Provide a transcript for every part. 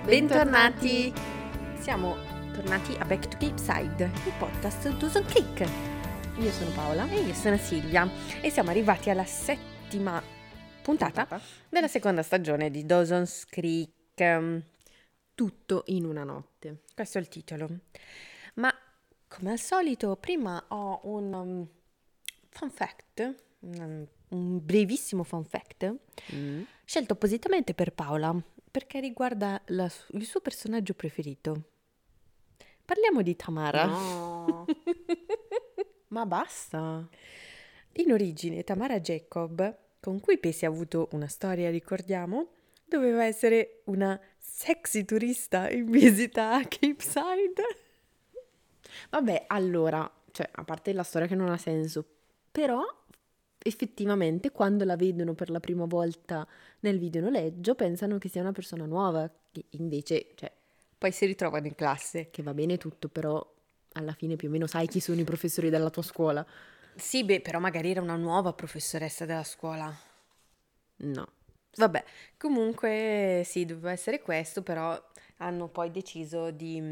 Bentornati! Siamo tornati a Back to Cape Side, il podcast Dawson's Creek. Io sono Paola E io sono Silvia e siamo arrivati alla settima puntata della seconda stagione di Dawson's Creek. Tutto in una notte. Questo è il titolo. Ma come al solito, prima ho un fun fact, un brevissimo fun fact, scelto appositamente per Paola, perché riguarda il suo personaggio preferito. Parliamo di Tamara. No. Ma basta. In origine Tamara Jacob, con cui Pesi ha avuto una storia, ricordiamo, doveva essere una sexy turista in visita a Cape Side. Vabbè, allora, cioè, a parte la storia che non ha senso, però effettivamente quando la vedono per la prima volta nel videonoleggio pensano che sia una persona nuova, che invece, cioè, Poi si ritrovano in classe. che va bene tutto, però alla fine più o meno sai chi sono i professori della tua scuola. Sì, però magari era una nuova professoressa della scuola. No. Vabbè, comunque sì, doveva essere questo, però hanno poi deciso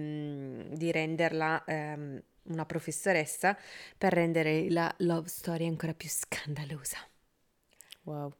di renderla una professoressa per rendere la love story ancora più scandalosa. Wow.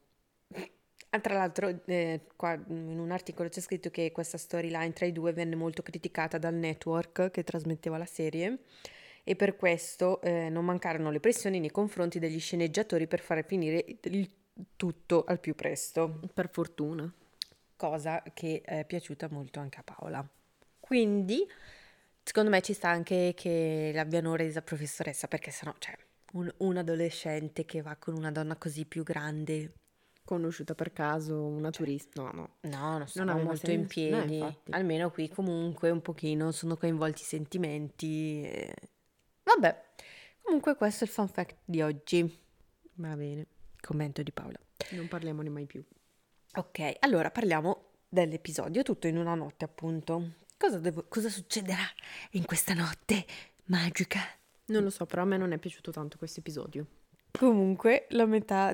Tra l'altro, qua in un articolo c'è scritto che questa storyline tra i due venne molto criticata dal network che trasmetteva la serie e per questo non mancarono le pressioni nei confronti degli sceneggiatori per far finire il tutto al più presto, Per fortuna. cosa che è piaciuta molto anche a Paola. Quindi, secondo me ci sta anche che l'abbiano resa professoressa, perché sennò, cioè, un adolescente che va con una donna così più grande. Conosciuta per caso, una turista. No. No, non sono aveva molto in senso. No, piedi. infatti. Almeno qui comunque un pochino sono coinvolti i sentimenti. Vabbè, comunque questo è il fun fact di oggi. Va bene. Commento di Paola. Non parliamone mai più. Ok, allora parliamo dell'episodio tutto in una notte, appunto. Cosa succederà in questa notte magica? Non lo so, però a me non è piaciuto tanto questo episodio. Comunque, la metà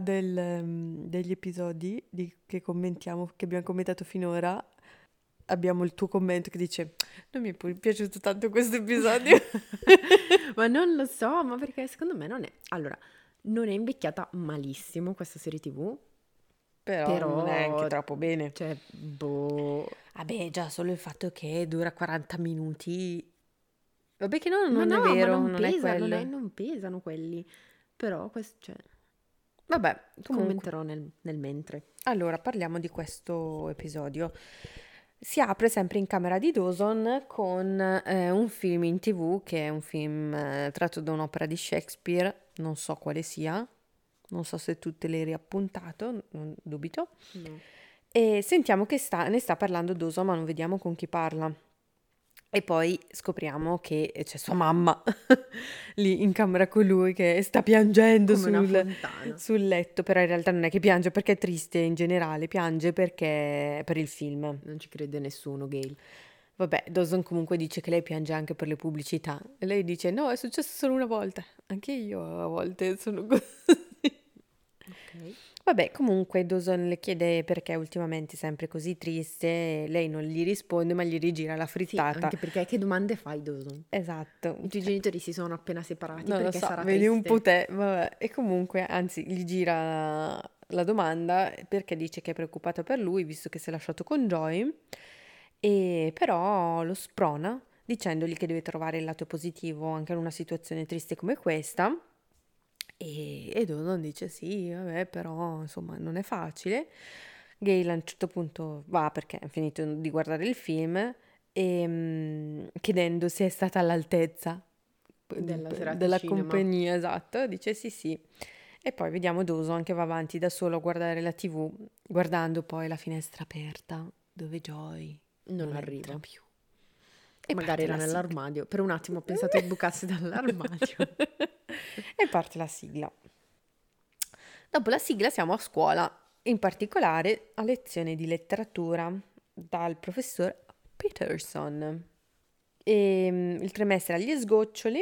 degli episodi che commentiamo, che abbiamo commentato finora, abbiamo il tuo commento che dice: non mi è piaciuto tanto questo episodio. Ma non lo so, ma perché secondo me non è... Allora, non è invecchiata malissimo questa serie TV, Però non è anche troppo bene. cioè, boh... Vabbè, già solo il fatto che dura 40 minuti. Vabbè che no, Ma non è no, vero, ma non è quello. non pesano quelli. Però, cioè, Vabbè, comunque. commenterò nel mentre. Allora, parliamo di questo episodio. Si apre sempre in camera di Dawson con un film in TV, che è un film tratto da un'opera di Shakespeare, non so quale sia, non so se tu te l'hai riappuntato, non dubito. No. E sentiamo che ne sta parlando Dawson, ma non vediamo con chi parla. E poi scopriamo che c'è sua mamma lì in camera con lui che sta piangendo Come una fontana. sul letto, però in realtà non è che piange perché è triste in generale, piange perché per il film. Non ci crede nessuno, Gail. Vabbè, Dawson comunque dice che lei piange anche per le pubblicità e lei dice no, è successo solo una volta, anche io a volte sono così. Ok. Vabbè, comunque Dawson le chiede perché ultimamente è sempre così triste, lei non gli risponde ma gli rigira la Sì, frittata. anche perché che domande fai, Dawson? Esatto. I tuoi genitori si sono appena separati Non lo perché so, sarà vedi un triste. po' te, vabbè. E comunque, anzi, gli gira la domanda perché dice che è preoccupata per lui, visto che si è lasciato con Joy, e però lo sprona dicendogli che deve trovare il lato positivo anche in una situazione triste come questa. E Dawson dice sì, vabbè, però insomma non è facile. Gail a un certo punto va perché ha finito di guardare il film e chiedendo se è stata all'altezza Della serata della cinema. compagnia, esatto, dice sì sì. E poi vediamo Dawson che va avanti da solo a guardare la TV, guardando poi la finestra aperta dove Joy Non entra arriva. più. E Magari parte era la sigla. nell'armadio. Per un attimo ho pensato che bucasse dall'armadio. E parte la sigla. Dopo la sigla siamo a scuola, in particolare a lezione di letteratura dal professor Peterson. Il trimestre agli sgoccioli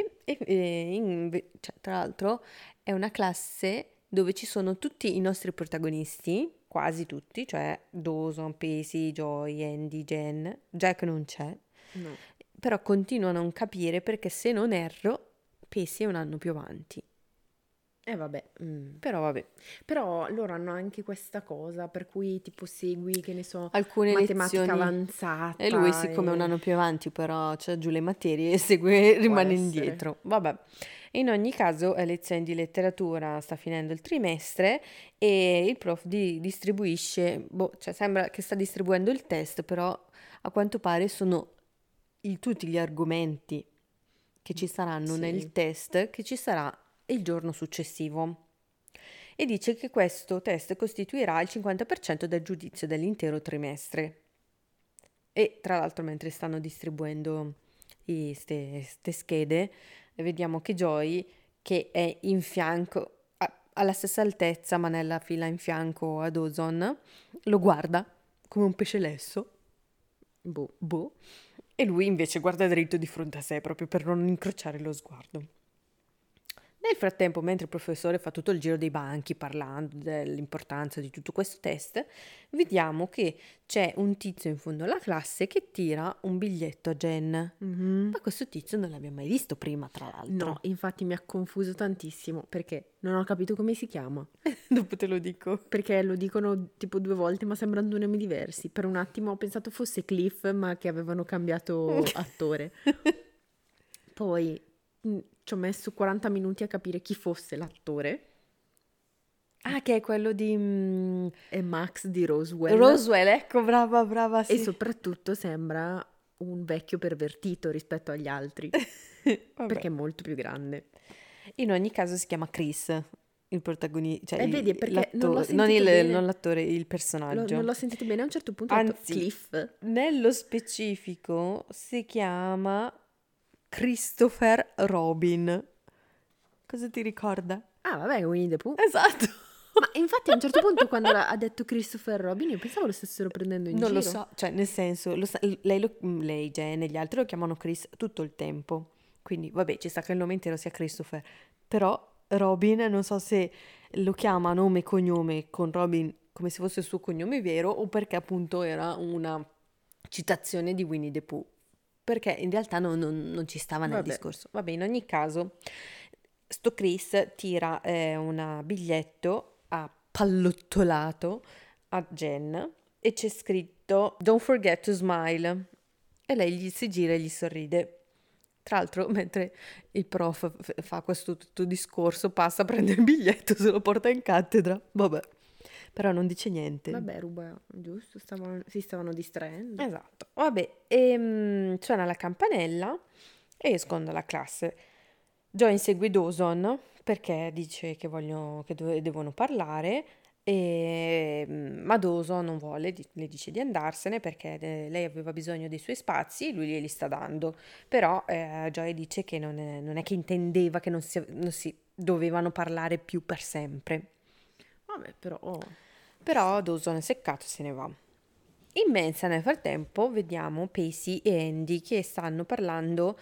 cioè, tra l'altro è una classe dove ci sono tutti i nostri protagonisti quasi tutti, cioè Dawson, Pacey, Joy, Andy, Jen. Jack non c'è, No. però continuo a non capire perché, se non erro, Pacey è un anno più avanti. Vabbè. Però vabbè, Però loro hanno anche questa cosa per cui tipo segui, che ne so, alcune matematica lezioni. E lui, avanzata siccome è un e anno più avanti, però c'ha giù le materie e segue, può rimane essere. indietro. Vabbè. In ogni caso, a lezioni di letteratura sta finendo il trimestre e il prof distribuisce, cioè sembra che sta distribuendo il test, però a quanto pare sono tutti gli argomenti che ci saranno Sì. nel test che ci sarà il giorno successivo. E dice che questo test costituirà il 50% del giudizio dell'intero trimestre. E tra l'altro, mentre stanno distribuendo queste schede, vediamo che Joy, che è in fianco, alla stessa altezza, ma nella fila in fianco a Dawson, lo guarda come un pesce lesso. Boh. E lui invece guarda dritto di fronte a sé, proprio per non incrociare lo sguardo. Nel frattempo, mentre il professore fa tutto il giro dei banchi parlando dell'importanza di tutto questo test, vediamo che c'è un tizio in fondo alla classe che tira un biglietto a Jen. Ma questo tizio non l'abbiamo mai visto prima, tra l'altro. No, infatti mi ha confuso tantissimo perché non ho capito come si chiama. Dopo te lo dico. Perché lo dicono tipo 2 volte, ma sembrano 2 nomi diversi. Per un attimo ho pensato fosse Cliff, ma che avevano cambiato attore. Poi ci ho messo 40 minuti a capire chi fosse l'attore. Ah, che è quello di È Max di Roswell. Roswell, ecco, brava, E sì. soprattutto sembra un vecchio pervertito rispetto agli altri. Vabbè. Perché è molto più grande. In ogni caso si chiama Chris, il protagonista, cioè Vedi, perché l'attore, non l'ho non, sentito bene. non l'attore, il personaggio. Non l'ho sentito bene, a un certo punto ho detto Anzi, Cliff. nello specifico si chiama Christopher Robin. Cosa ti ricorda? Ah, vabbè, Winnie the Pooh. Esatto. Ma infatti a un certo punto quando ha detto Christopher Robin io pensavo lo stessero prendendo in Non giro. lo so, cioè nel senso, lei, Jen e gli altri lo chiamano Chris tutto il tempo. Quindi vabbè, ci sta che il nome intero sia Christopher. Però Robin, non so se lo chiama nome e cognome con Robin come se fosse il suo cognome vero o perché appunto era una citazione di Winnie the Pooh. Perché in realtà non ci stava nel Vabbè. discorso. Vabbè, in ogni caso, sto Chris tira un biglietto a pallottolato a Jen e c'è scritto "Don't forget to smile". E lei gli si gira e gli sorride. Tra l'altro, mentre il prof fa questo tutto discorso, passa, prende il biglietto, se lo porta in cattedra. Vabbè, però non dice niente. Vabbè, ruba, giusto, si stavano distraendo. Esatto. Vabbè, suona la campanella e escono dalla classe. Joy insegue Dawson perché dice che devono parlare, ma Dawson non vuole, le dice di andarsene perché lei aveva bisogno dei suoi spazi e lui glieli sta dando. Però Joy dice che non è che intendeva che non si dovevano parlare più per sempre. Vabbè, però... Però Dawson è seccato e se ne va. In mensa, nel frattempo, vediamo Pacey e Andy che stanno parlando,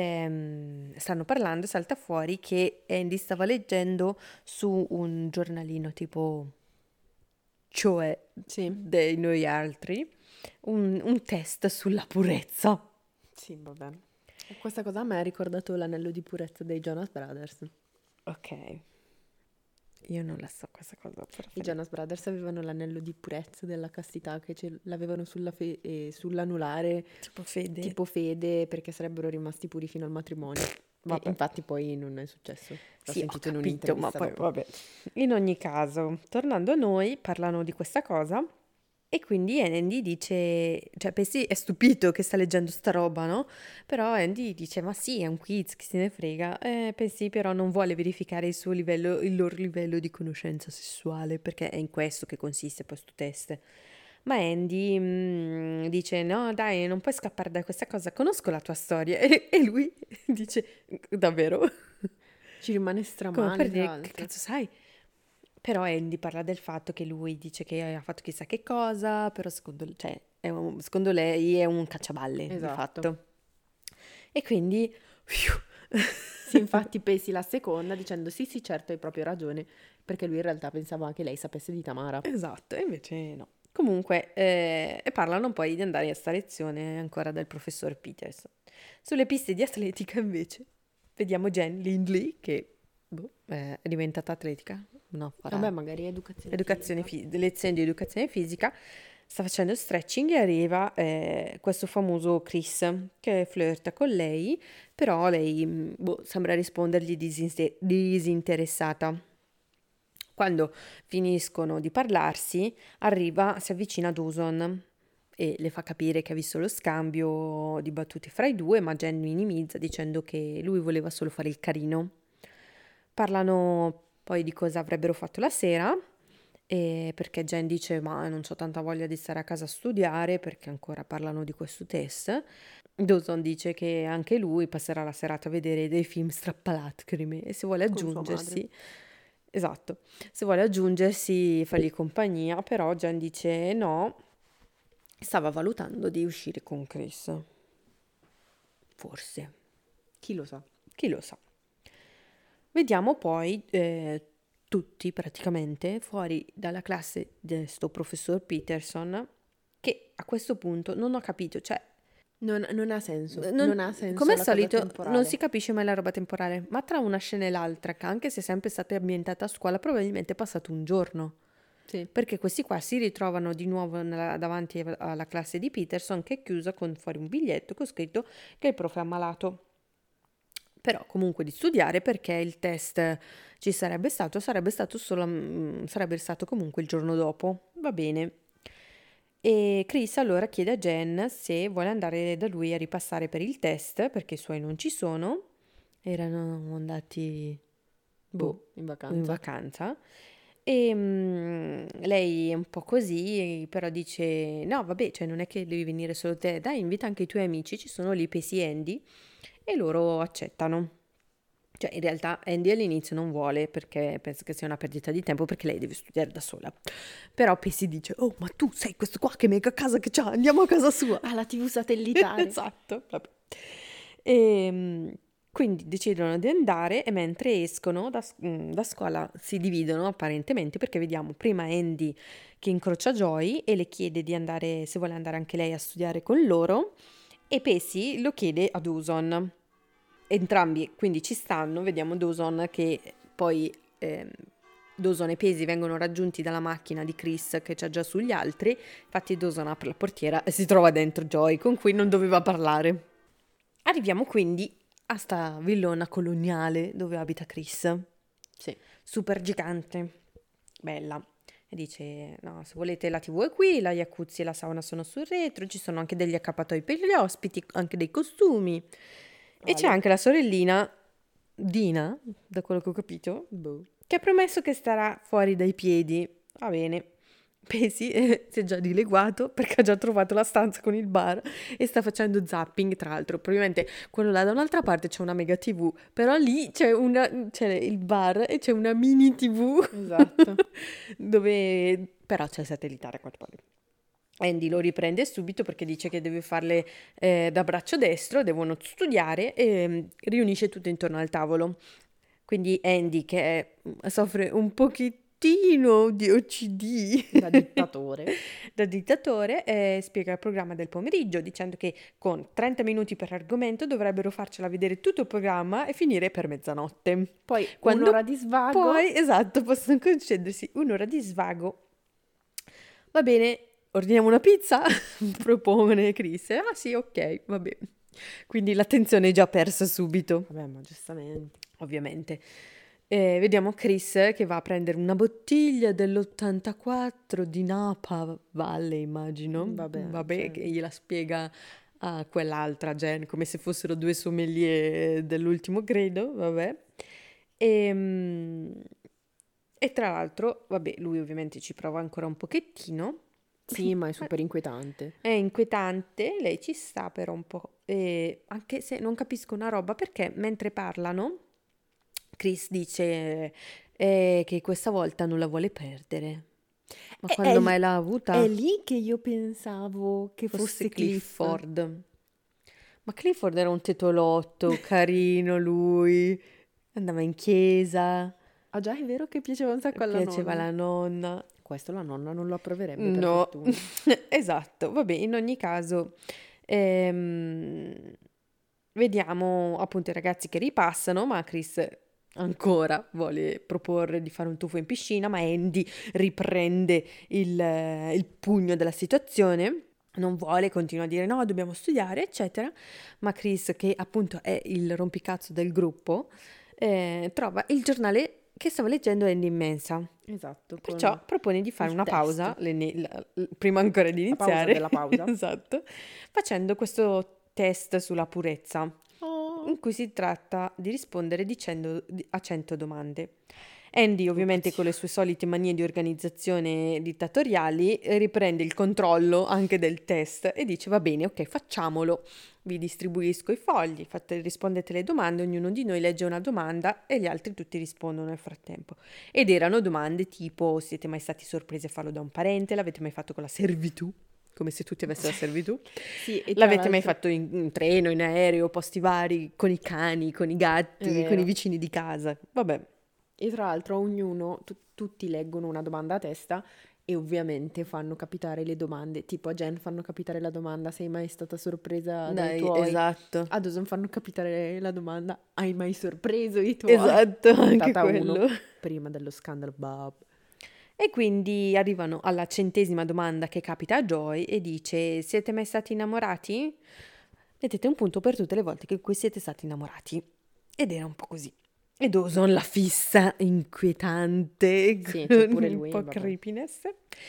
salta fuori che Andy stava leggendo su un giornalino tipo Cioè Sì. dei noi altri, un test sulla purezza. Sì, vabbè. Questa cosa a me ha ricordato l'anello di purezza dei Jonas Brothers. Ok, io non la so questa cosa. I Jonas Brothers avevano l'anello di purezza della castità che l'avevano sull'anulare, tipo fede, perché sarebbero rimasti puri fino al matrimonio. E infatti poi non è successo. L'ho Sì, sentito ho in capito, ma un'intervista poi dopo. vabbè. In ogni caso, tornando a noi, parlano di questa cosa e quindi Andy dice, cioè Pacey è stupito che sta leggendo sta roba, no? Però Andy dice, ma sì, è un quiz, chi se ne frega. Pacey però non vuole verificare il loro livello di conoscenza sessuale, perché è in questo che consiste questo test. Ma Andy dice, no dai, non puoi scappare da questa cosa, conosco la tua storia. E lui dice, davvero? Ci rimane Come stramale, per tra dire, che l'altro. cazzo sai? Però Andy parla del fatto che lui dice che ha fatto chissà che cosa, però secondo lei è un cacciaballe, di Esatto. fatto. E quindi... Sì, infatti Pacey la seconda dicendo sì, certo, hai proprio ragione. Perché lui in realtà pensava che lei sapesse di Tamara. Esatto, e invece no. Comunque, e parlano poi di andare a sta lezione ancora del professor Peters. Sulle piste di atletica, invece, vediamo Jen Lindley, che è diventata atletica, no, Vabbè, farà magari educazione fisica. lezioni di educazione fisica, sta facendo stretching e arriva questo famoso Chris che flirta con lei, però lei sembra rispondergli disinteressata. Quando finiscono di parlarsi, si avvicina Dawson e le fa capire che ha visto lo scambio di battute fra i due, ma Jen minimizza dicendo che lui voleva solo fare il carino. Parlano poi di cosa avrebbero fatto la sera, perché Jen dice ma non ho tanta voglia di stare a casa a studiare, perché ancora parlano di questo test. Dawson dice che anche lui passerà la serata a vedere dei film strappalacrime e se vuole Con sua madre. aggiungersi. Esatto, se vuole aggiungersi, fargli compagnia, però Jen dice no, stava valutando di uscire con Chris. Forse, Chi lo sa? chi lo sa. Vediamo poi tutti praticamente fuori dalla classe di sto professor Peterson, che a questo punto non ho capito, cioè Non ha senso. Non ha senso come al la cosa solito temporale. non si capisce mai la roba temporale, ma tra una scena e l'altra, che anche se è sempre stata ambientata a scuola, probabilmente è passato un giorno. Sì. Perché questi qua si ritrovano di nuovo davanti alla classe di Peterson, che è chiusa con fuori un biglietto con scritto che il prof è ammalato. Però comunque di studiare, perché il test ci sarebbe stato sarebbe stato comunque il giorno dopo. Va bene. E Chris allora chiede a Jen se vuole andare da lui a ripassare per il test, perché i suoi non ci sono. Erano andati in in vacanza. E lei è un po' così, però dice no, vabbè, cioè non è che devi venire solo te, dai, invita anche i tuoi amici, ci sono lì Pacey e Andy, e loro accettano. Cioè, in realtà Andy all'inizio non vuole perché pensa che sia una perdita di tempo, perché lei deve studiare da sola. Però Pacey dice, oh, ma tu sei questo qua che mega casa che c'ha, andiamo a casa sua. Ah, la TV satellitare. Esatto, vabbè. Quindi decidono di andare, e mentre escono da scuola si dividono apparentemente, perché vediamo prima Andy che incrocia Joy e le chiede di andare, se vuole andare anche lei a studiare con loro, e Pacey lo chiede a Dawson. Entrambi quindi ci stanno, vediamo Dawson che poi Dawson e Pacey vengono raggiunti dalla macchina di Chris che c'è già sugli altri, infatti Dawson apre la portiera e si trova dentro Joy con cui non doveva parlare. Arriviamo quindi a sta villona coloniale dove abita Chris. Sì. Super gigante, bella. E dice, no, se volete la TV è qui, la jacuzzi e la sauna sono sul retro, ci sono anche degli accappatoi per gli ospiti, anche dei costumi. E c'è anche la sorellina Dina, da quello che ho capito, che ha promesso che starà fuori dai piedi. Va bene. Pesi si è già dileguato perché ha già trovato la stanza con il bar e sta facendo zapping. Tra l'altro, probabilmente quello là da un'altra parte c'è una mega TV, però lì c'è il bar e c'è una mini TV. Esatto. Dove però c'è il satellitare a quanto pare. Andy lo riprende subito perché dice che deve farle da braccio destro, devono studiare, e riunisce tutto intorno al tavolo. Quindi Andy, che soffre un pochettino di OCD Da dittatore. spiega il programma del pomeriggio dicendo che con 30 minuti per argomento dovrebbero farcela vedere tutto il programma e finire per mezzanotte. Poi Quando un'ora di svago. Poi, esatto, possono concedersi un'ora di svago. Va bene, ordiniamo una pizza? Propone Chris. Ah sì, ok, va bene. Quindi l'attenzione è già persa subito, Vabbè, ma giustamente. ovviamente. Vediamo Chris che va a prendere una bottiglia dell'84 di Napa Valley, immagino. Vabbè, cioè. Che gliela spiega a quell'altra Jen, come se fossero due sommelier dell'ultimo credo, vabbè. E tra l'altro, vabbè, lui ovviamente ci prova ancora un pochettino. Sì, ma è super inquietante. È inquietante, lei ci sta però un po', anche se non capisco una roba, perché mentre parlano, Chris dice che questa volta non la vuole perdere. Ma quando mai l'ha avuta? È lì che io pensavo che Fosse fosse Clifford. Clifford. Ma Clifford era un tetolotto, carino lui, andava in chiesa. Ah già, è vero che piaceva un sacco alla Piaceva nonna. la nonna. Questo la nonna non lo approverebbe, per No, fortuna. esatto. Vabbè, in ogni caso, ehm, vediamo appunto i ragazzi che ripassano, ma Chris ancora vuole proporre di fare un tuffo in piscina, ma Andy riprende il pugno della situazione. Non vuole, continua a dire no, dobbiamo studiare, eccetera. Ma Chris, che appunto è il rompicazzo del gruppo, trova il giornale che stava leggendo Andy in mensa. Esatto, Perciò con propone di fare il una pausa, test. prima ancora di La pausa iniziare, della pausa. esatto, facendo questo test sulla purezza, Oh, in cui si tratta di rispondere dicendo a 100 domande. Andy, ovviamente con le sue solite manie di organizzazione dittatoriali, riprende il controllo anche del test e dice va bene, ok, facciamolo. Vi distribuisco i fogli, rispondete alle domande, ognuno di noi legge una domanda e gli altri tutti rispondono nel frattempo. Ed erano domande tipo: siete mai stati sorpresi a farlo da un parente? L'avete mai fatto con la servitù? Come se tutti avessero la servitù. sì, e tra L'avete mai l'altro fatto in treno, in aereo, posti vari, con i cani, con i è gatti, con i vero. vicini di casa? Vabbè. E tra l'altro a ognuno, tutti leggono una domanda a testa e ovviamente fanno capitare le domande. Tipo a Jen fanno capitare la domanda: sei mai stata sorpresa dai Dai, tuoi? esatto. A Dawson fanno capitare la domanda: hai mai sorpreso i tuoi? Esatto, anche Puntata 1, quello. prima dello scandalo Bob. E quindi arrivano alla 100ª domanda che capita a Joy e dice: siete mai stati innamorati? Mettete un punto per tutte le volte in cui siete stati innamorati. Ed era un po' così. E Dawson la fissa inquietante, Sì, c'è con pure un lui, po' vabbè. creepiness.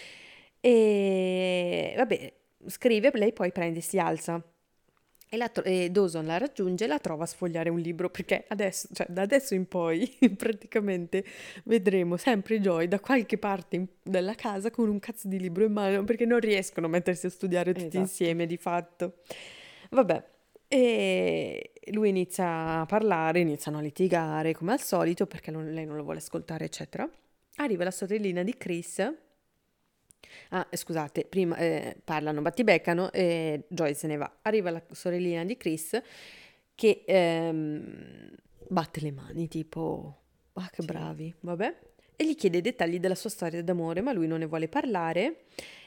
E vabbè, scrive, lei poi prende, si alza. E Dawson la raggiunge e la trova a sfogliare un libro perché adesso, cioè da adesso in poi, praticamente vedremo sempre Joy da qualche parte della casa con un cazzo di libro in mano perché non riescono a mettersi a studiare tutti Esatto. insieme di fatto. Vabbè, e lui inizia a parlare, iniziano a litigare come al solito perché lei non lo vuole ascoltare, eccetera. Arriva la sorellina di Chris. Ah, scusate, prima parlano, battibeccano e Joy se ne va. Arriva la sorellina di Chris che batte le mani, tipo, ah che Sì. bravi, vabbè. E gli chiede i dettagli della sua storia d'amore, ma lui non ne vuole parlare.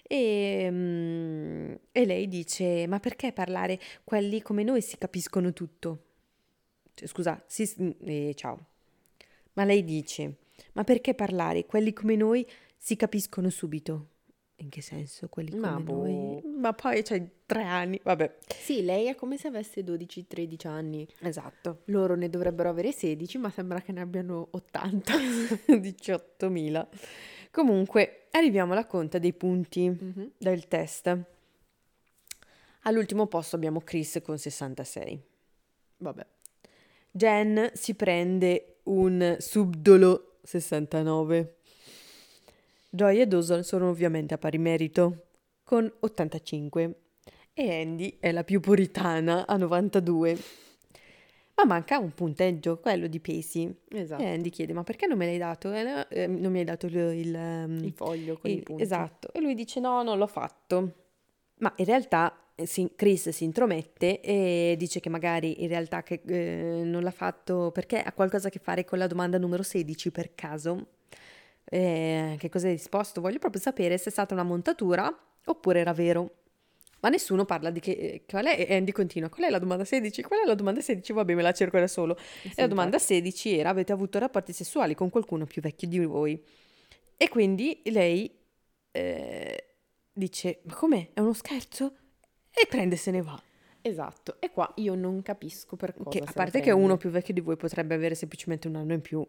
E lei dice, ma perché parlare? Quelli come noi si capiscono tutto. Cioè, scusa, ciao. Ma lei dice, ma perché parlare? Quelli come noi si capiscono subito. In che senso? Quelli Ma come noi? boh. Ma poi c'hai 3 anni. Vabbè. Sì, lei è come se avesse 12-13 anni. Esatto. Loro ne dovrebbero avere 16, ma sembra che ne abbiano 80. 18.000. Comunque, arriviamo alla conta dei punti Mhm. del test. All'ultimo posto abbiamo Chris con 66. Vabbè. Jen si prende un subdolo 69. Joy e Dawson sono ovviamente a pari merito, con 85. E Andy è la più puritana, a 92. Ma manca un punteggio, quello di Pacey. E Esatto. Andy chiede, ma perché non me l'hai dato? Non mi hai dato Il foglio con i punti. Esatto. E lui dice, no, non l'ho fatto. Ma in realtà Chris si intromette e dice che magari in realtà non l'ha fatto perché ha qualcosa a che fare con la domanda numero 16 per caso. Che cosa hai risposto? Voglio proprio sapere se è stata una montatura oppure era vero. Ma nessuno parla di qual è, e Andy continua, qual è la domanda 16? Qual è la domanda 16? Vabbè, me la cerco da solo. E Sì, la domanda infatti. 16 era, avete avuto rapporti sessuali con qualcuno più vecchio di voi? E quindi lei dice, ma com'è? È uno scherzo? E prende e se ne va. Esatto. E qua io non capisco per Che cosa a se la parte che uno prende. più vecchio di voi potrebbe avere semplicemente un anno in più.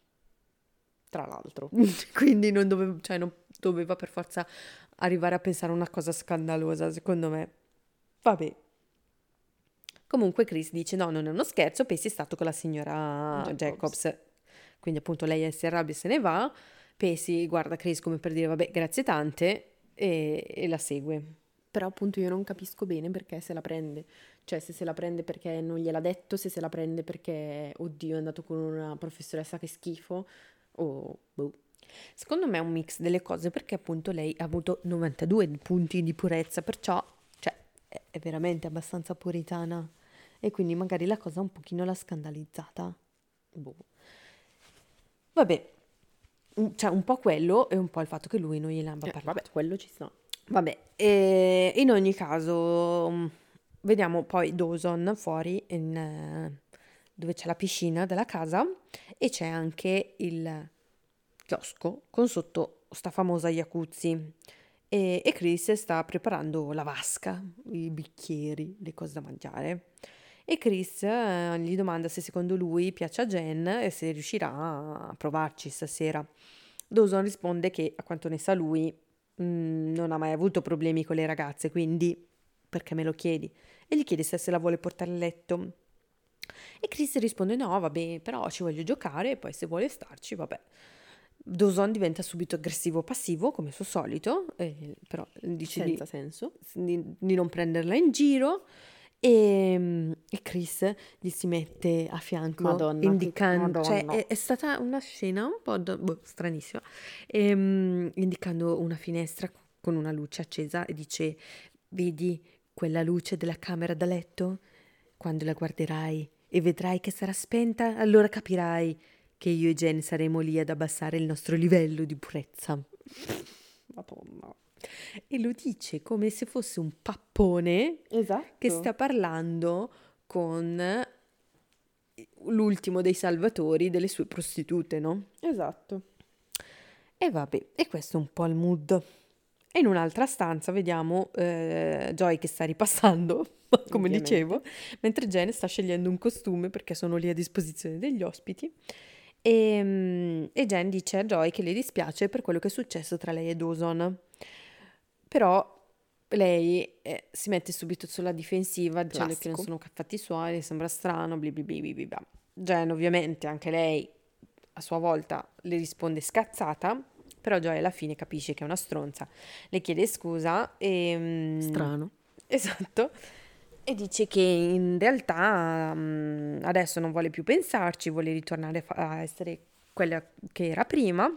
Tra l'altro. Quindi non doveva per forza arrivare a pensare a una cosa scandalosa, secondo me. Vabbè. Comunque Chris dice no, non è uno scherzo, Pacey è stato con la signora Jacobs. Jacobs. Quindi appunto lei si arrabbia e se ne va. Pacey guarda Chris come per dire vabbè, grazie tante e la segue. Però appunto io non capisco bene perché se la prende. Cioè se la prende perché non gliel'ha detto, se la prende perché, oddio, è andato con una professoressa che schifo. O, boh. Secondo me è un mix delle cose perché appunto lei ha avuto 92 punti di purezza, perciò cioè, è veramente abbastanza puritana e quindi magari la cosa un pochino l'ha scandalizzata. Boh. Vabbè, c'è un po' quello e un po' il fatto che lui non gliene abbia parlato. Vabbè, quello ci sta. Vabbè, in ogni caso, vediamo poi Dawson fuori dove c'è la piscina della casa e c'è anche il chiosco con sotto sta famosa jacuzzi. E Chris sta preparando la vasca, i bicchieri, le cose da mangiare. E Chris gli domanda se secondo lui piace a Jen e se riuscirà a provarci stasera. Dawson risponde che a quanto ne sa lui non ha mai avuto problemi con le ragazze, quindi perché me lo chiedi? E gli chiede se la vuole portare a letto. E Chris risponde no, vabbè, però ci voglio giocare e poi se vuole starci, vabbè. Dawson diventa subito aggressivo-passivo, come suo solito, però dice Senza senso. di non prenderla in giro e Chris gli si mette a fianco, Madonna, indicando, cioè Madonna. è stata una scena un po' stranissima, indicando una finestra con una luce accesa e dice, vedi quella luce della camera da letto? Quando la guarderai e vedrai che sarà spenta, allora capirai che io e Jen saremo lì ad abbassare il nostro livello di purezza. Madonna. E lo dice come se fosse un pappone Esatto. che sta parlando con l'ultimo dei salvatori delle sue prostitute, no? Esatto. E vabbè, e questo è un po' il mood. E in un'altra stanza vediamo Joy che sta ripassando, come Ovviamente. dicevo, mentre Jen sta scegliendo un costume perché sono lì a disposizione degli ospiti. E Jen dice a Joy che le dispiace per quello che è successo tra lei e Dawson. Però lei si mette subito sulla difensiva dicendo che non Classico. sono fatti suoi, sembra strano, bla. Jen ovviamente anche lei a sua volta le risponde scazzata, però Joy alla fine capisce che è una stronza, le chiede scusa e... Strano. Esatto. E dice che in realtà adesso non vuole più pensarci, vuole ritornare a essere quella che era prima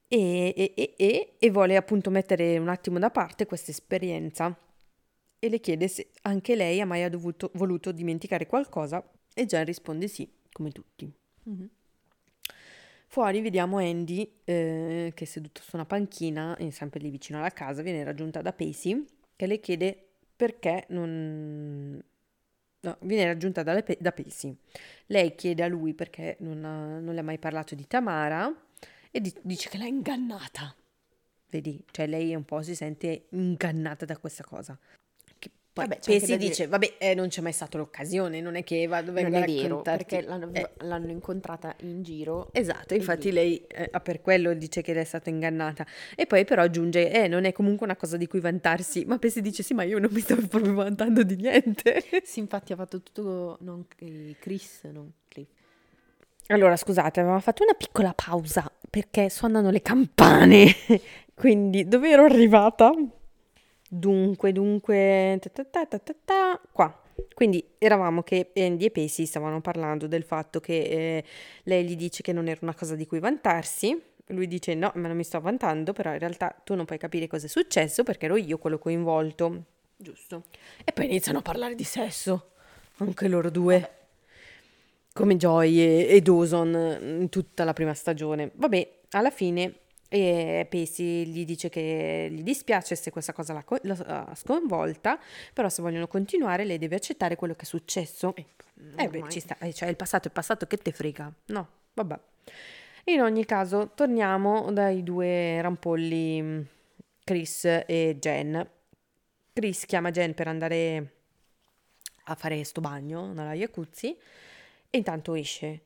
e vuole appunto mettere un attimo da parte questa esperienza. E le chiede se anche lei ha mai voluto dimenticare qualcosa e Jen risponde sì, come tutti. Mhm. Fuori vediamo Andy che è seduto su una panchina, sempre lì vicino alla casa, viene raggiunta da Pacey che le chiede perché non... No, viene raggiunta da Pacey. Lei chiede a lui perché non le ha mai parlato di Tamara e dice che l'ha ingannata. Vedi, cioè lei un po' si sente ingannata da questa cosa. Che poi Vabbè, c'è anche Pacey da dire- dice, vabbè, non c'è mai stata l'occasione, non è che Non vengo a è vero, raccontarti. perché l'hanno incontrata in giro. Esatto, e infatti lì- lei per quello dice che è stata ingannata e poi però aggiunge, non è comunque una cosa di cui vantarsi, ma Pesi dice sì, ma io non mi stavo proprio vantando di niente. Sì, infatti ha fatto tutto non Chris, non Cliff. Allora, scusate, avevamo fatto una piccola pausa perché suonano le campane, quindi dove ero arrivata? Dunque, qua. Quindi eravamo che Andy e Pacey stavano parlando del fatto che lei gli dice che non era una cosa di cui vantarsi. Lui dice no, ma non mi sto vantando, però in realtà tu non puoi capire cosa è successo perché ero io quello coinvolto. Giusto. E poi iniziano a parlare di sesso, anche loro due, come Joy e Dawson in tutta la prima stagione. Vabbè, alla fine Pacey gli dice che gli dispiace se questa cosa l'ha sconvolta, però se vogliono continuare lei deve accettare quello che è successo. Beh, Ormai. ci sta, cioè il passato è passato, che te frega? No, vabbè. In ogni caso, torniamo dai due rampolli Chris e Jen. Chris chiama Jen per andare a fare sto bagno nella jacuzzi e intanto esce.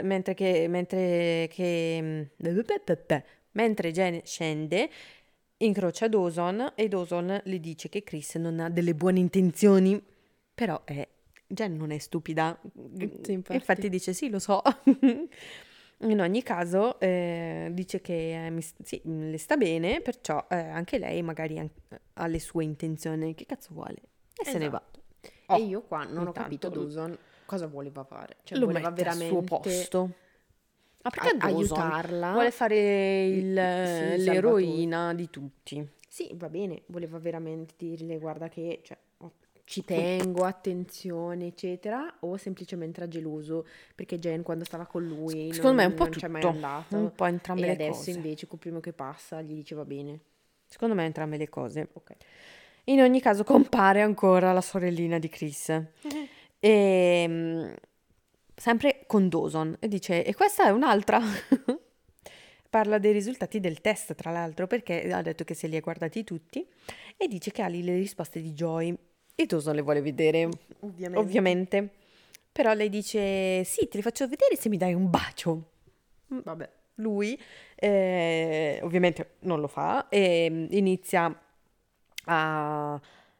Mentre Jen scende, incrocia Dawson e Dawson le dice che Chris non ha delle buone intenzioni, però Jen non è stupida. Sì, Infatti dice sì, lo so. In ogni caso dice che sì, le sta bene, perciò anche lei magari ha le sue intenzioni. Che cazzo vuole? E se ne va. E io qua non ho intanto capito Dawson cosa voleva fare. Cioè, lo voleva mette al veramente suo posto. Ma perché Dawson aiutarla. vuole fare Sì, il l'eroina di tutti. Sì, va bene, voleva veramente dirle, guarda che, cioè, ci tengo, attenzione, eccetera, o semplicemente era geloso perché Jen quando stava con lui Secondo me è un po' non c'è mai tutto, andato un po' entrambe e le adesso cose. invece col primo che passa gli diceva bene. Secondo me entrambe le cose. Ok. In ogni caso compare ancora la sorellina di Chris. E, sempre con Dawson. E dice, e questa è un'altra. Parla dei risultati del test, tra l'altro, perché ha detto che se li ha guardati tutti. E dice che ha lì le risposte di Joy. E Dawson le vuole vedere, ovviamente. Però lei dice, sì, te li faccio vedere se mi dai un bacio. Vabbè. Lui ovviamente non lo fa e inizia a,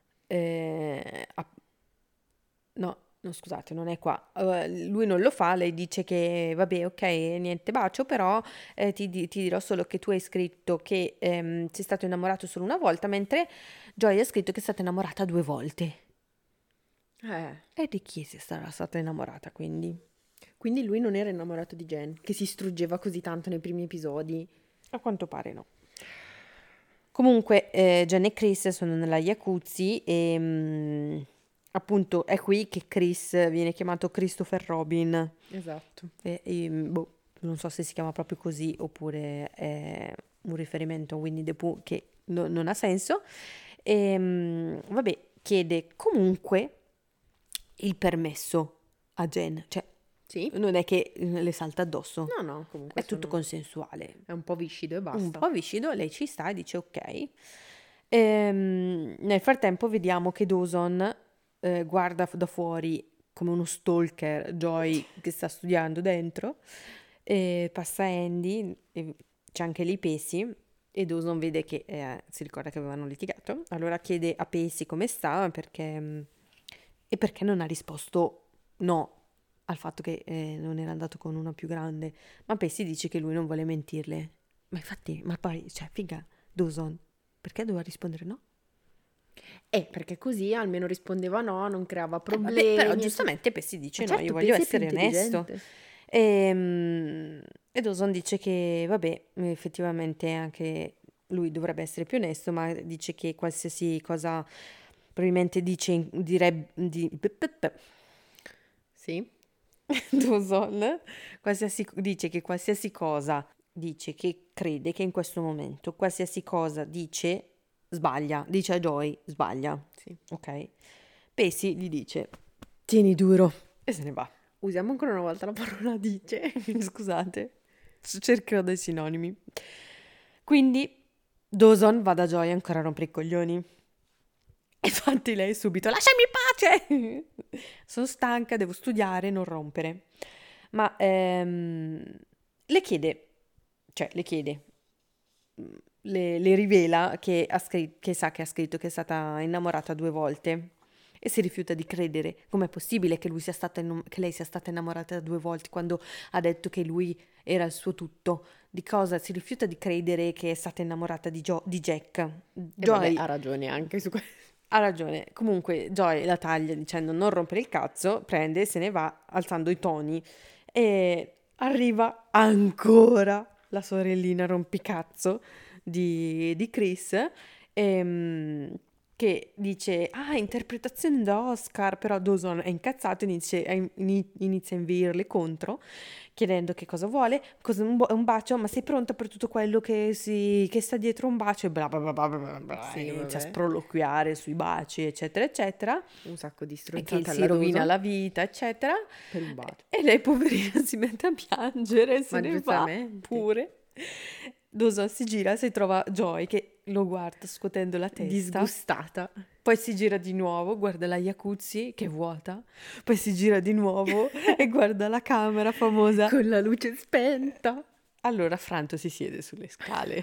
no, no, scusate, non è qua. Lui non lo fa, lei dice che vabbè, ok, niente bacio, però ti dirò solo che tu hai scritto che sei stato innamorato solo una volta, mentre Joy ha scritto che è stata innamorata 2 volte. E di chi sarà stata innamorata, quindi? Quindi lui non era innamorato di Jen, che si struggeva così tanto nei primi episodi. A quanto pare no. Comunque, Jen e Chris sono nella jacuzzi e appunto è qui che Chris viene chiamato Christopher Robin. Esatto. Boh, non so se si chiama proprio così oppure è un riferimento a Winnie the Pooh che non ha senso. Vabbè, chiede comunque il permesso a Jen, cioè Sì? non è che le salta addosso, No, comunque è tutto consensuale. è un po' viscido e Un basta. po' viscido, lei ci sta e dice ok. Nel frattempo vediamo che Dawson guarda da fuori come uno stalker Joy che sta studiando dentro, e passa Andy, e c'è anche lì Pacey, e Dawson vede che si ricorda che avevano litigato, allora chiede a Pacey come sta e perché non ha risposto no al fatto che non era andato con una più grande, ma Pacey dice che lui non vuole mentirle. Ma infatti, ma poi, cioè, figa, Dawson, perché doveva rispondere no? Perché così almeno rispondeva no, non creava Vabbè, problemi. però giustamente Pacey dice no, Certo, io voglio Pacey è più essere onesto. intelligente. E Dawson dice che, vabbè, effettivamente anche lui dovrebbe essere più onesto, ma dice che qualsiasi cosa probabilmente direbbe, Sì. Dawson dice che qualsiasi cosa dice che crede che in questo momento qualsiasi cosa dice sbaglia, dice a Joy sbaglia, Sì. ok? Pacey gli dice tieni duro e se ne va. Usiamo ancora una volta la parola dice. Scusate, cercherò dei sinonimi. Quindi Dawson va da Joy ancora a rompere i coglioni. E infatti lei subito lasciami in pace! Sono stanca, devo studiare, non rompere. Ma le chiede, le rivela che, che sa che ha scritto che è stata innamorata 2 volte e si rifiuta di credere. Com'è possibile che, che lei sia stata innamorata 2 volte quando ha detto che lui era il suo tutto? Di cosa? Si rifiuta di credere che è stata innamorata di Jack. E Joy vabbè, ha ragione anche su questo. ha ragione. Comunque Joy la taglia dicendo non rompere il cazzo, prende e se ne va alzando i toni. E arriva ancora la sorellina rompicazzo di Chris, che dice, interpretazione da Oscar, però Dawson è incazzato e inizia a inveirle contro, chiedendo che cosa vuole, un bacio, ma sei pronta per tutto quello che sta dietro un bacio, e bla bla bla bla bla bla, Sì, inizia a vabbè. sproloquiare sui baci, eccetera, eccetera, Un sacco di e che stronzate si alla rovina Dawson la vita, eccetera. per un bacio. E lei, poverina, si mette a piangere e se Ma ne va giustamente. pure. Dawson si gira, si trova Joy che lo guarda scuotendo la testa. Disgustata. Poi si gira di nuovo, guarda la jacuzzi che è vuota. Poi si gira di nuovo e guarda la camera famosa. Con la luce spenta. Allora Franto si siede sulle scale.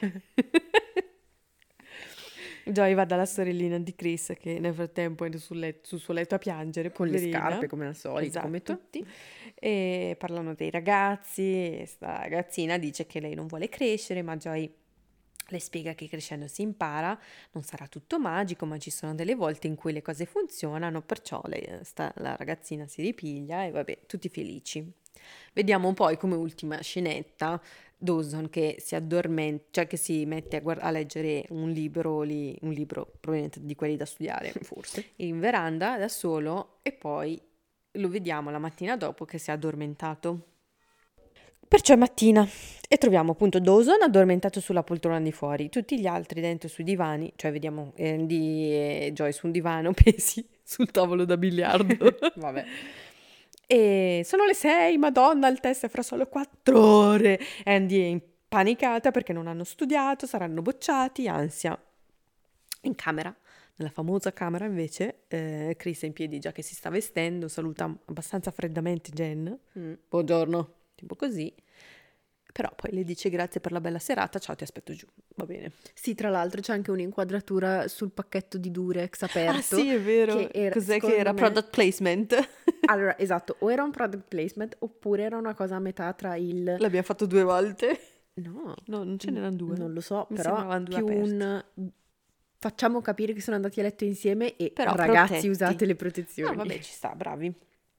Joy va dalla sorellina di Chris che nel frattempo è sul suo letto a piangere, Con le poverina. scarpe come al solito, come Esatto. tutti. E parlano dei ragazzi, e sta ragazzina dice che lei non vuole crescere, ma Joy le spiega che crescendo si impara, non sarà tutto magico, ma ci sono delle volte in cui le cose funzionano, perciò la ragazzina si ripiglia e vabbè, tutti felici. Vediamo poi come ultima scenetta Dawson che si addormenta, cioè che si mette a leggere un libro lì, un libro probabilmente di quelli da studiare, Forse. in veranda da solo, e poi lo vediamo la mattina dopo che si è addormentato. Perciò è mattina e troviamo appunto Dawson addormentato sulla poltrona di fuori, tutti gli altri dentro sui divani, cioè vediamo Andy e Joy su un divano, Pesi sul tavolo da biliardo. Vabbè. E sono le 6, madonna, il test è fra solo 4 ore. Andy è impanicata perché non hanno studiato, saranno bocciati, ansia. In camera, nella famosa camera invece, Chris è in piedi già che si sta vestendo, saluta abbastanza freddamente Jen. Buongiorno, tipo così. Però poi le dice grazie per la bella serata, ciao, ti aspetto giù, va bene. Sì, tra l'altro c'è anche un'inquadratura sul pacchetto di Durex aperto. Ah sì, è vero. Che era, Cos'è che secondo era? me- Product placement. Allora, esatto, o era un product placement oppure era una cosa a metà tra il... L'abbiamo fatto 2 volte. No, No, non ce n'erano 2. non lo so, Mi però sembravano 2 più aperti. un... Facciamo capire che sono andati a letto insieme e Però ragazzi protetti. usate le No, protezioni. vabbè, ci sta, bravi.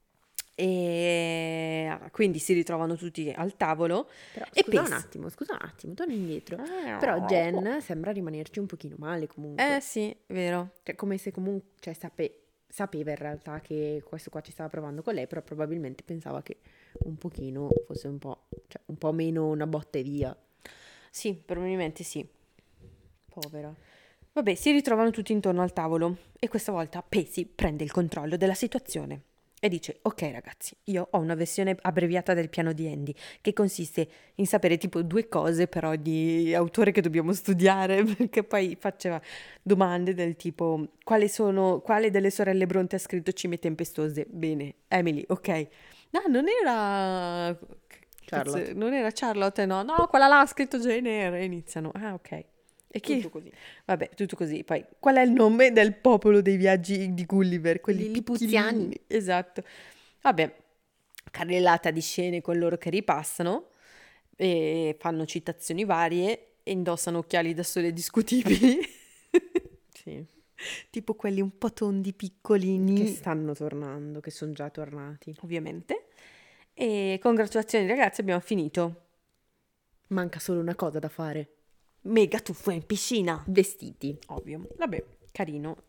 E quindi si ritrovano tutti al tavolo. Però E scusa un Pace. attimo, torno indietro. Però Jen sembra rimanerci un pochino male comunque. Sì, vero. Cioè, come se comunque, cioè, sapeva in realtà che questo qua ci stava provando con lei, però probabilmente pensava che un pochino fosse un po' meno una botta e via. Sì, probabilmente sì. Povera. Vabbè, si ritrovano tutti intorno al tavolo e questa volta Pacey prende il controllo della situazione e dice: ok ragazzi, io ho una versione abbreviata del piano di Andy che consiste in sapere tipo 2 cose per ogni autore che dobbiamo studiare, perché poi faceva domande del tipo quale delle sorelle Bronte ha scritto Cime Tempestose? Bene, Emily, ok. No, non era Charlotte. non era Charlotte, no, quella là ha scritto Jane Eyre e iniziano. Ah, ok. E chi? Tutto così. Vabbè, tutto così. Poi, qual è il nome del popolo dei viaggi di Gulliver? Quelli Lillipuziani. piccolini. Esatto. Vabbè, carrellata di scene con loro che ripassano e fanno citazioni varie e indossano occhiali da sole discutibili. Sì. Tipo quelli un po' tondi, Che piccolini, stanno tornando, che sono già tornati. ovviamente. E congratulazioni ragazzi, abbiamo finito. Manca solo una cosa da fare. Mega tuffo in piscina. Vestiti. Ovvio. Vabbè, carino.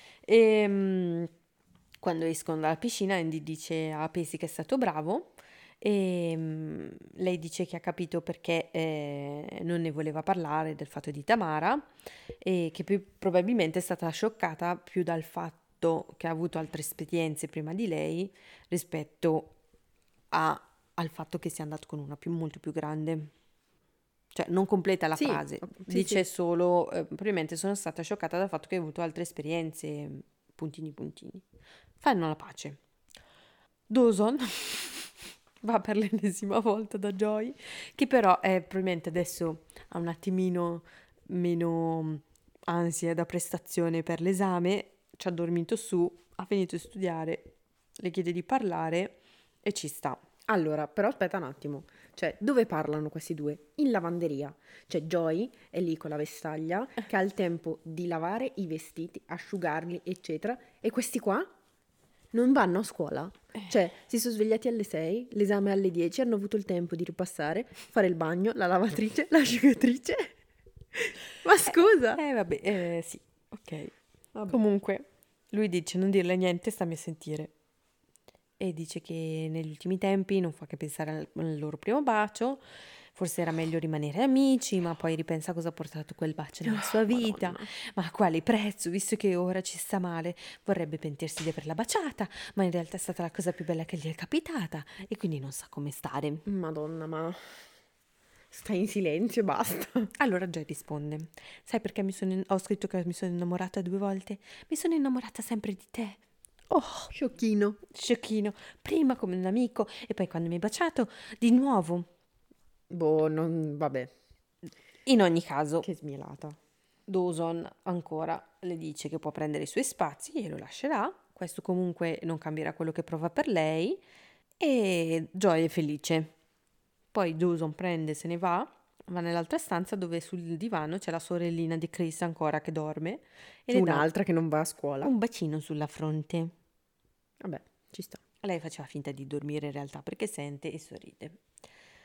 Quando escono dalla piscina, Andy dice a Pacey che è stato bravo e lei dice che ha capito perché non ne voleva parlare del fatto di Tamara e che probabilmente è stata scioccata più dal fatto che ha avuto altre esperienze prima di lei rispetto al fatto che sia andato con una molto più grande. Cioè, non completa la Sì, frase, sì, dice sì. solo, probabilmente sono stata scioccata dal fatto che hai avuto altre esperienze, puntini puntini. Fanno la pace. Dawson va per l'ennesima volta da Joy, che però probabilmente adesso ha un attimino meno ansia da prestazione per l'esame, ci ha dormito su, ha finito di studiare, le chiede di parlare e ci sta. Allora, però aspetta un attimo. Cioè, dove parlano questi due? In lavanderia. Cioè, Joy è lì con la vestaglia che ha il tempo di lavare i vestiti, asciugarli, eccetera. E questi qua non vanno a scuola. Cioè, si sono svegliati alle 6, l'esame alle 10, hanno avuto il tempo di ripassare, fare il bagno, la lavatrice, l'asciugatrice. Ma scusa! Vabbè, sì, ok. Vabbè. Comunque, lui dice non dirle niente, stammi a sentire. E dice che negli ultimi tempi non fa che pensare al loro primo bacio, forse era meglio rimanere amici, ma poi ripensa a cosa ha portato quel bacio nella sua vita, Madonna. ma a quale prezzo, visto che ora ci sta male, vorrebbe pentirsi di averla baciata, ma in realtà è stata la cosa più bella che gli è capitata e quindi non sa come stare. Madonna, ma stai in silenzio e basta. Allora Joy risponde, sai perché ho scritto che mi sono innamorata 2 volte? Mi sono innamorata sempre di te. Oh, Sciocchino. sciocchino, prima come un amico e poi quando mi hai baciato di nuovo. Boh, non... vabbè. In ogni caso, Che smielata. Dawson ancora le dice che può prendere i suoi spazi e lo lascerà. Questo comunque non cambierà quello che prova per lei e Joy è felice. Poi Dawson prende, se ne va nell'altra stanza dove sul divano c'è la sorellina di Chris ancora che dorme e le dà Un'altra che non va a scuola. un bacino sulla fronte. Vabbè, ci sta. Lei faceva finta di dormire in realtà perché sente e sorride.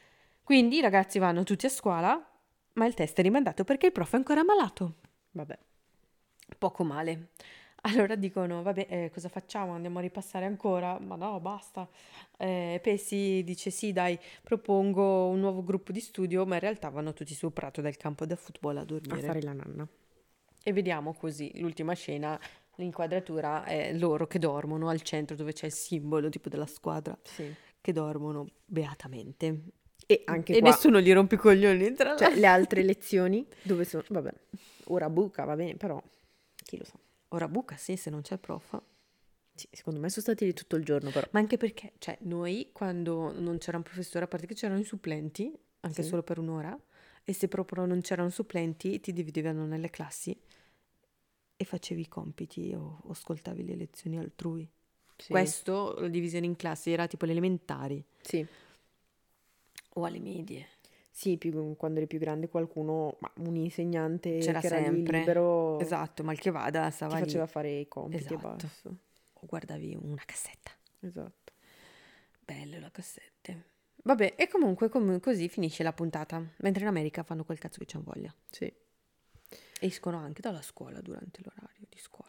Quindi i ragazzi vanno tutti a scuola, ma il test è rimandato perché il prof è ancora malato. Vabbè. Poco male. Allora dicono, vabbè, cosa facciamo? Andiamo a ripassare ancora? Ma no, basta. Pessi dice, sì, dai, propongo un nuovo gruppo di studio, ma in realtà vanno tutti sul prato del campo da football a A dormire. fare la nanna. E vediamo così, l'ultima scena, l'inquadratura è loro che dormono al centro dove c'è il simbolo tipo della squadra, Sì. che dormono beatamente. E anche E qua, nessuno gli rompe i coglioni, tra cioè l'altro. le altre lezioni dove sono? Vabbè, ora buca, va bene, però chi lo sa. Ora buca, sì, se non c'è il prof. Sì, secondo me sono stati lì tutto il giorno, però. Ma anche perché, cioè, noi quando non c'era un professore, a parte che c'erano i supplenti, anche Sì. solo per un'ora, e se proprio non c'erano supplenti, ti dividevano nelle classi e facevi i compiti o ascoltavi le lezioni altrui. Sì. Questo, la divisione in classi, era tipo le elementari Sì. o alle medie. Sì, quando eri più grande qualcuno, ma un insegnante C'era che era lì sempre. libero, Esatto, mal che vada, ti stava lì. faceva fare i compiti e Esatto. basta. O guardavi una cassetta. Esatto. Belle le cassette. Vabbè, e comunque così finisce la puntata. Mentre in America fanno quel cazzo che c'hanno voglia. Sì. Escono anche dalla scuola durante l'orario di scuola.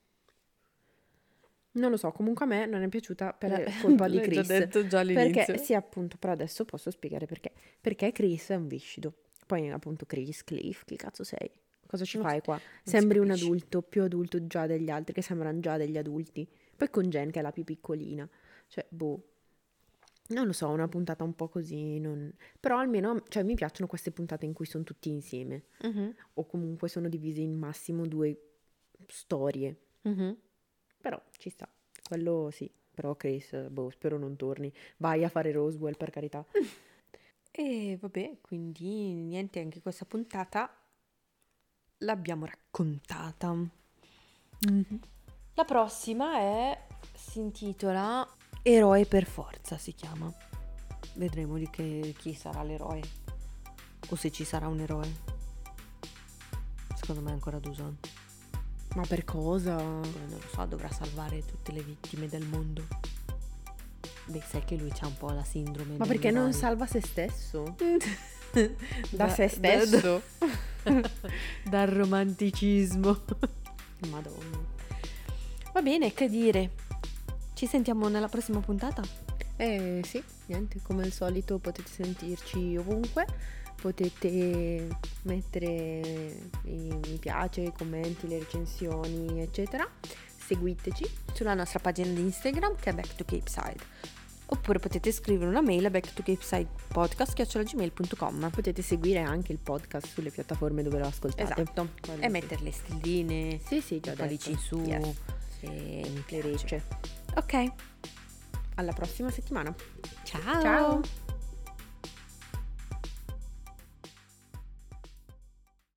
Non lo so, comunque a me non è piaciuta per colpa di L'hai già Chris. detto già all'inizio. Perché, sì, appunto, però adesso posso spiegare perché. Perché Chris è un viscido. Poi, appunto, Cliff, chi cazzo sei? Cosa ci Non fai si- qua? si Sembri un capisce. adulto, più adulto già degli altri, che sembrano già degli adulti. Poi con Jen, che è la più piccolina. Cioè, boh. Non lo so, una puntata un po' così. Però almeno, cioè, mi piacciono queste puntate in cui sono tutti insieme. Mhm, O comunque sono divise in massimo 2 storie. mhm. Però ci sta. Quello sì. Però Chris, boh, spero non torni. Vai a fare Roswell, per carità. E vabbè, quindi niente, anche questa puntata l'abbiamo raccontata. La prossima si intitola Eroe per forza, si chiama. Vedremo chi sarà l'eroe. O se ci sarà un eroe. Secondo me è ancora Dawson. Ma per cosa? Non lo so, dovrà salvare tutte le vittime del mondo. Beh, sai che lui c'ha un po' la sindrome Ma perché non dell'eroe. salva se stesso? Da se stesso? Dal romanticismo. Madonna. Va bene, che dire? Ci sentiamo nella prossima puntata? Sì, niente, come al solito potete sentirci ovunque. Potete mettere i mi piace, i commenti, le recensioni, eccetera. Seguiteci. Sulla nostra pagina di Instagram che è Back to Cape Side. Oppure potete scrivere una mail a backtocapesidepodcast@gmail.com. Potete seguire anche il podcast sulle piattaforme dove lo ascoltate. Esatto. Quello E sì. mettere le stelline, Sì, sì, già i pollici in detto. su Yes. e mi Le piace. recce. Ok. Alla prossima settimana. Ciao. Ciao.